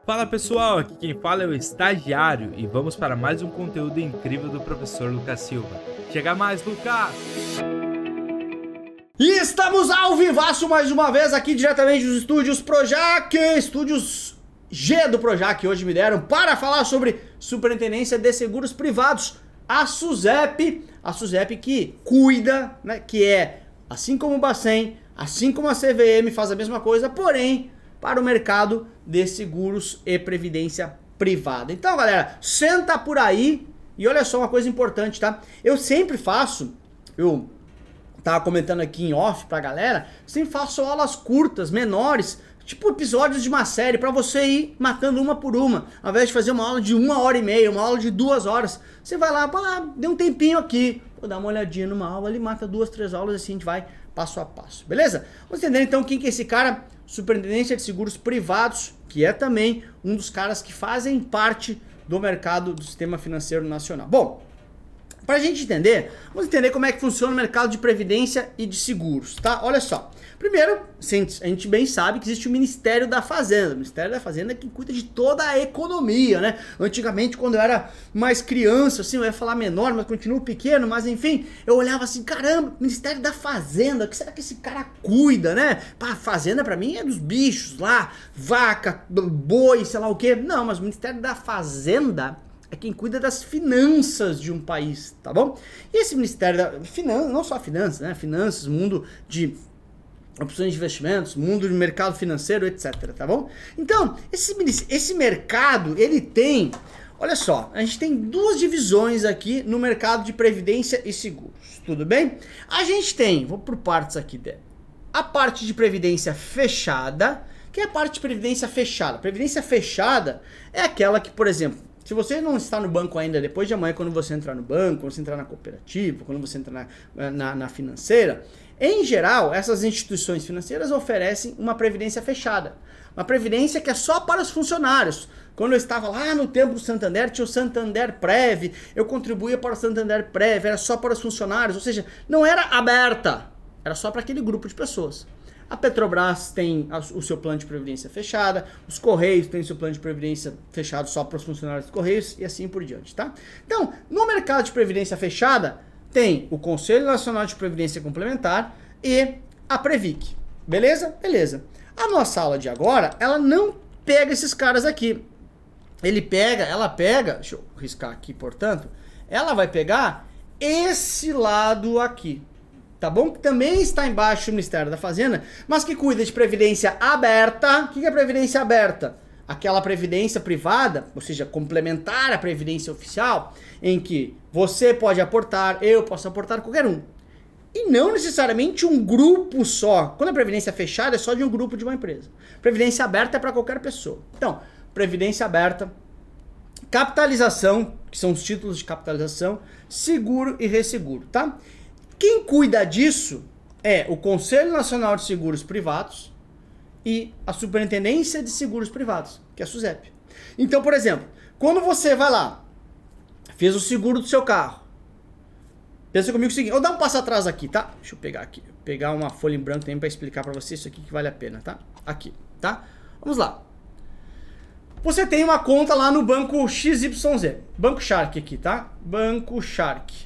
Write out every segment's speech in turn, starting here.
Fala pessoal, aqui quem fala é o Estagiário e vamos para mais um conteúdo incrível do professor Lucas Silva. Chega mais, Lucas! E estamos ao vivaço mais uma vez aqui diretamente dos estúdios Projac, estúdios G do Projac, hoje me deram para falar sobre Superintendência de Seguros Privados, a SUSEP que cuida, né, que é, assim como o Bacen, assim como a CVM faz a mesma coisa, porém para o mercado de seguros e previdência privada. Então, galera, senta por aí e olha só uma coisa importante, tá? Eu sempre faço, eu tava comentando aqui em off pra galera, sempre faço aulas curtas, menores, tipo episódios de uma série, pra você ir matando uma por uma. Ao invés de fazer uma aula de 1h30, uma aula de 2 horas, você vai lá, deu um tempinho aqui, vou dar uma olhadinha numa aula, ele mata 2, 3 aulas, assim a gente vai passo a passo, beleza? Vamos entender então quem que é esse cara, Superintendência de Seguros Privados, que é também um dos caras que fazem parte do mercado do sistema financeiro nacional. Bom, para a gente entender, vamos entender como é que funciona o mercado de previdência e de seguros, tá? Olha só. Primeiro, a gente bem sabe que existe o Ministério da Fazenda. O Ministério da Fazenda é que cuida de toda a economia, né? Antigamente, quando eu era mais criança, assim, eu ia falar menor, mas continuo pequeno, mas enfim, eu olhava assim, caramba, Ministério da Fazenda, o que será que esse cara cuida, né? Pá, Fazenda pra mim é dos bichos lá, vaca, boi, sei lá o quê. Não, mas o Ministério da Fazenda é quem cuida das finanças de um país, tá bom? E esse Ministério da Finanças, não só finanças, né? Finanças, mundo de opções de investimentos, mundo de mercado financeiro, etc, tá bom? Então, esse mercado, ele tem, olha só, a gente tem duas divisões aqui no mercado de previdência e seguros, tudo bem? A gente tem, vou por partes aqui, a parte de previdência fechada, que é a parte de previdência fechada. Previdência fechada é aquela que, por exemplo, se você não está no banco ainda, depois de amanhã, quando você entrar no banco, quando você entrar na cooperativa, quando você entrar na financeira, em geral, essas instituições financeiras oferecem uma previdência fechada. Uma previdência que é só para os funcionários. Quando eu estava lá no tempo do Santander, tinha o Santander Prev, eu contribuía para o Santander Prev, era só para os funcionários, ou seja, não era aberta, era só para aquele grupo de pessoas. A Petrobras tem o seu plano de previdência fechada, os Correios têm o seu plano de previdência fechado só para os funcionários dos Correios e assim por diante, tá? Então, no mercado de previdência fechada, tem o Conselho Nacional de Previdência Complementar e a Previc, beleza? Beleza. A nossa aula de agora, ela não pega esses caras aqui. Ela pega, deixa eu riscar aqui, portanto, ela vai pegar esse lado aqui. Tá bom? Que também está embaixo do Ministério da Fazenda, mas que cuida de previdência aberta. O que é previdência aberta? Aquela previdência privada, ou seja, complementar à previdência oficial, em que você pode aportar, eu posso aportar, qualquer um. E não necessariamente um grupo só. Quando a previdência fechada é só de um grupo de uma empresa. Previdência aberta é para qualquer pessoa. Então, previdência aberta, capitalização, que são os títulos de capitalização, seguro e resseguro, tá? Quem cuida disso é o Conselho Nacional de Seguros Privados e a Superintendência de Seguros Privados, que é a SUSEP. Então, por exemplo, quando você vai lá, fez o seguro do seu carro, pensa comigo o seguinte, eu vou dar um passo atrás aqui, tá? Deixa eu pegar aqui, pegar uma folha em branco também para explicar para você isso aqui que vale a pena, tá? Aqui, tá? Vamos lá. Você tem uma conta lá no banco XYZ, Banco Shark aqui, tá? Banco Shark.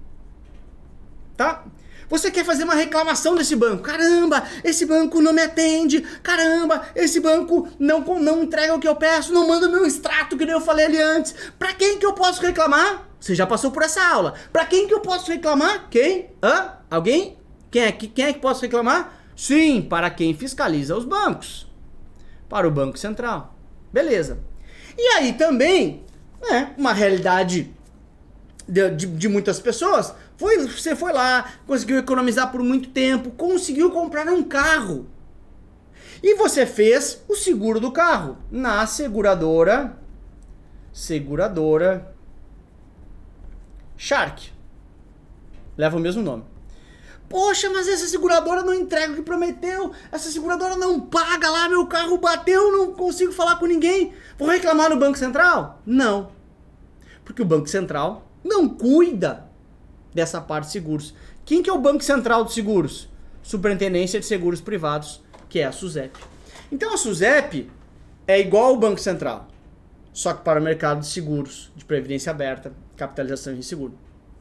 Tá? Você quer fazer uma reclamação desse banco. Caramba, esse banco não me atende. Caramba, esse banco não entrega o que eu peço, não manda o meu extrato que nem eu falei ali antes. Pra quem que eu posso reclamar? Você já passou por essa aula. Pra quem que eu posso reclamar? Quem? Hã? Alguém? Quem é que posso reclamar? Sim, para quem fiscaliza os bancos. Para o Banco Central. Beleza. E aí também, uma realidade de muitas pessoas, você foi lá, conseguiu economizar por muito tempo, conseguiu comprar um carro. E você fez o seguro do carro na seguradora Shark. Leva o mesmo nome. Poxa, mas essa seguradora não entrega o que prometeu, essa seguradora não paga lá, meu carro bateu, não consigo falar com ninguém. Vou reclamar no Banco Central? Não. Porque o Banco Central não cuida dessa parte de seguros. Quem que é o Banco Central de Seguros? Superintendência de Seguros Privados, que é a SUSEP. Então a SUSEP, é igual ao Banco Central, só que para o mercado de seguros, de previdência aberta, capitalização e resseguro.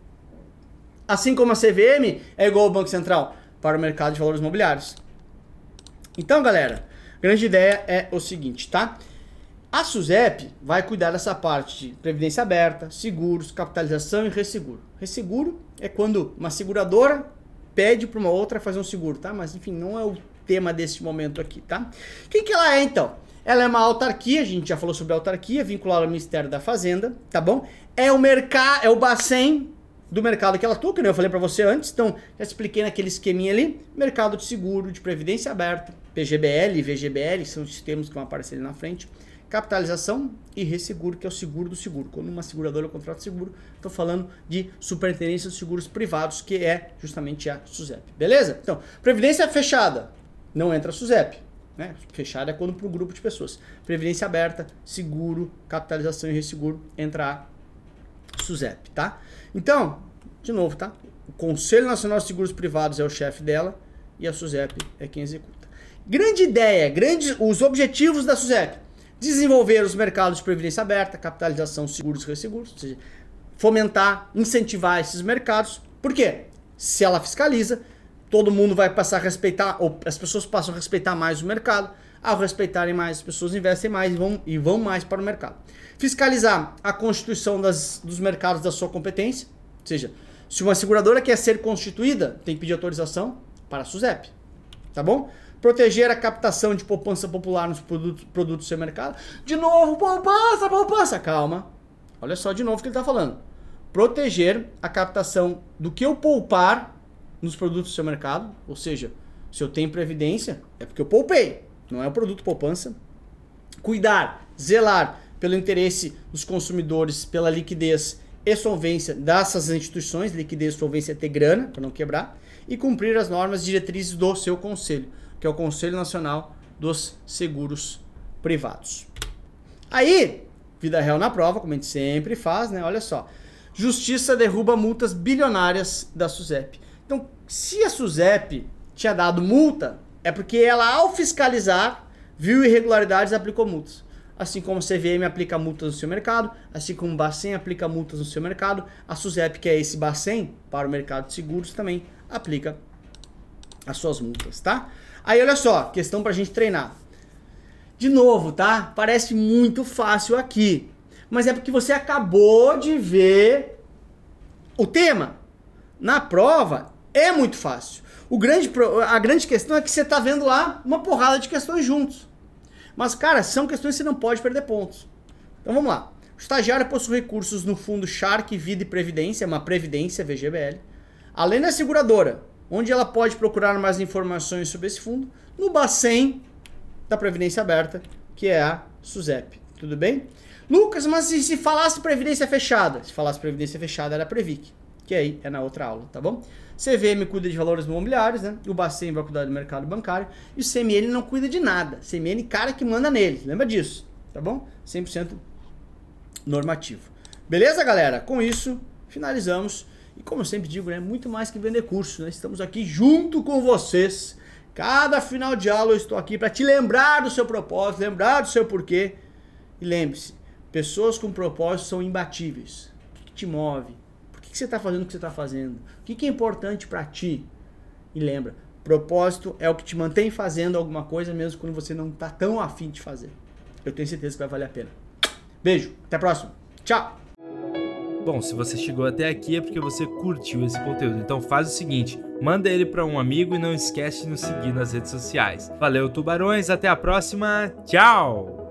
Assim como a CVM é igual ao Banco Central para o mercado de valores imobiliários. Então, galera, a grande ideia é o seguinte, tá? A SUSEP vai cuidar dessa parte de previdência aberta, seguros, capitalização e resseguro. Resseguro é quando uma seguradora pede para uma outra fazer um seguro, tá? Mas, enfim, não é o tema desse momento aqui, tá? Quem que ela é, então? Ela é uma autarquia, a gente já falou sobre a autarquia, vinculada ao Ministério da Fazenda, tá bom? É o Bacen do mercado que ela atua, que eu falei para você antes, então já expliquei naquele esqueminha ali, mercado de seguro, de previdência aberta, PGBL e VGBL, são os termos que vão aparecer ali na frente, capitalização e resseguro, que é o seguro do seguro. Quando uma seguradora contrata seguro, estou falando de Superintendência de Seguros Privados, que é justamente a SUSEP, beleza? Então, previdência fechada, não entra a SUSEP, né? Fechada é quando para um grupo de pessoas. Previdência aberta, seguro, capitalização e resseguro, entra a SUSEP, tá? Então, de novo, tá? O Conselho Nacional de Seguros Privados é o chefe dela e a SUSEP é quem executa. Grande ideia, os objetivos da SUSEP: desenvolver os mercados de previdência aberta, capitalização, seguros e resseguros, ou seja, fomentar, incentivar esses mercados. Por quê? Se ela fiscaliza, todo mundo vai passar a respeitar, ou as pessoas passam a respeitar mais o mercado. Ao respeitarem mais, as pessoas investem mais e vão mais para o mercado. Fiscalizar a constituição dos mercados da sua competência, ou seja, se uma seguradora quer ser constituída, tem que pedir autorização para a SUSEP, tá bom? Proteger a captação de poupança popular nos produtos do seu mercado. De novo, poupança, calma. Olha só de novo o que ele está falando. Proteger a captação do que eu poupar nos produtos do seu mercado, ou seja, se eu tenho previdência, é porque eu poupei, não é o produto poupança. Cuidar, zelar pelo interesse dos consumidores, pela liquidez e solvência dessas instituições, liquidez e solvência é ter grana, para não quebrar, e cumprir as normas e diretrizes do seu conselho, que é o Conselho Nacional dos Seguros Privados. Aí, vida real na prova, como a gente sempre faz, né? Olha só. Justiça derruba multas bilionárias da SUSEP. Então, se a SUSEP tinha dado multa, é porque ela, ao fiscalizar, viu irregularidades e aplicou multas. Assim como a CVM aplica multas no seu mercado, assim como o Bacen aplica multas no seu mercado, a SUSEP, que é esse Bacen para o mercado de seguros, também aplica as suas multas, tá? Aí, olha só, questão pra gente treinar. De novo, tá? Parece muito fácil aqui, mas é porque você acabou de ver o tema. Na prova, é muito fácil. A grande questão é que você tá vendo lá uma porrada de questões juntos. Mas, cara, são questões que você não pode perder pontos. Então, vamos lá. O estagiário possui recursos no fundo Shark Vida e Previdência, uma previdência VGBL, além da seguradora, onde ela pode procurar mais informações sobre esse fundo, no Bacen da Previdência Aberta, que é a SUSEP. Tudo bem? Lucas, mas se falasse Previdência Fechada? Se falasse Previdência Fechada, era Previc, que aí é na outra aula, tá bom? CVM cuida de valores imobiliários, né? O Bacen vai cuidar do mercado bancário. E o CMN não cuida de nada. CMN, cara que manda nele. Lembra disso, tá bom? 100% normativo. Beleza, galera? Com isso, finalizamos. E como eu sempre digo, né? Muito mais que vender curso, né? Estamos aqui junto com vocês. Cada final de aula eu estou aqui para te lembrar do seu propósito, lembrar do seu porquê. E lembre-se, pessoas com propósito são imbatíveis. O que te move? Por que você está fazendo o que você está fazendo? O que é importante para ti? E lembra, propósito é o que te mantém fazendo alguma coisa mesmo quando você não está tão afim de fazer. Eu tenho certeza que vai valer a pena. Beijo, até a próxima. Tchau! Bom, se você chegou até aqui é porque você curtiu esse conteúdo. Então faz o seguinte, manda ele para um amigo e não esquece de nos seguir nas redes sociais. Valeu, tubarões, até a próxima. Tchau!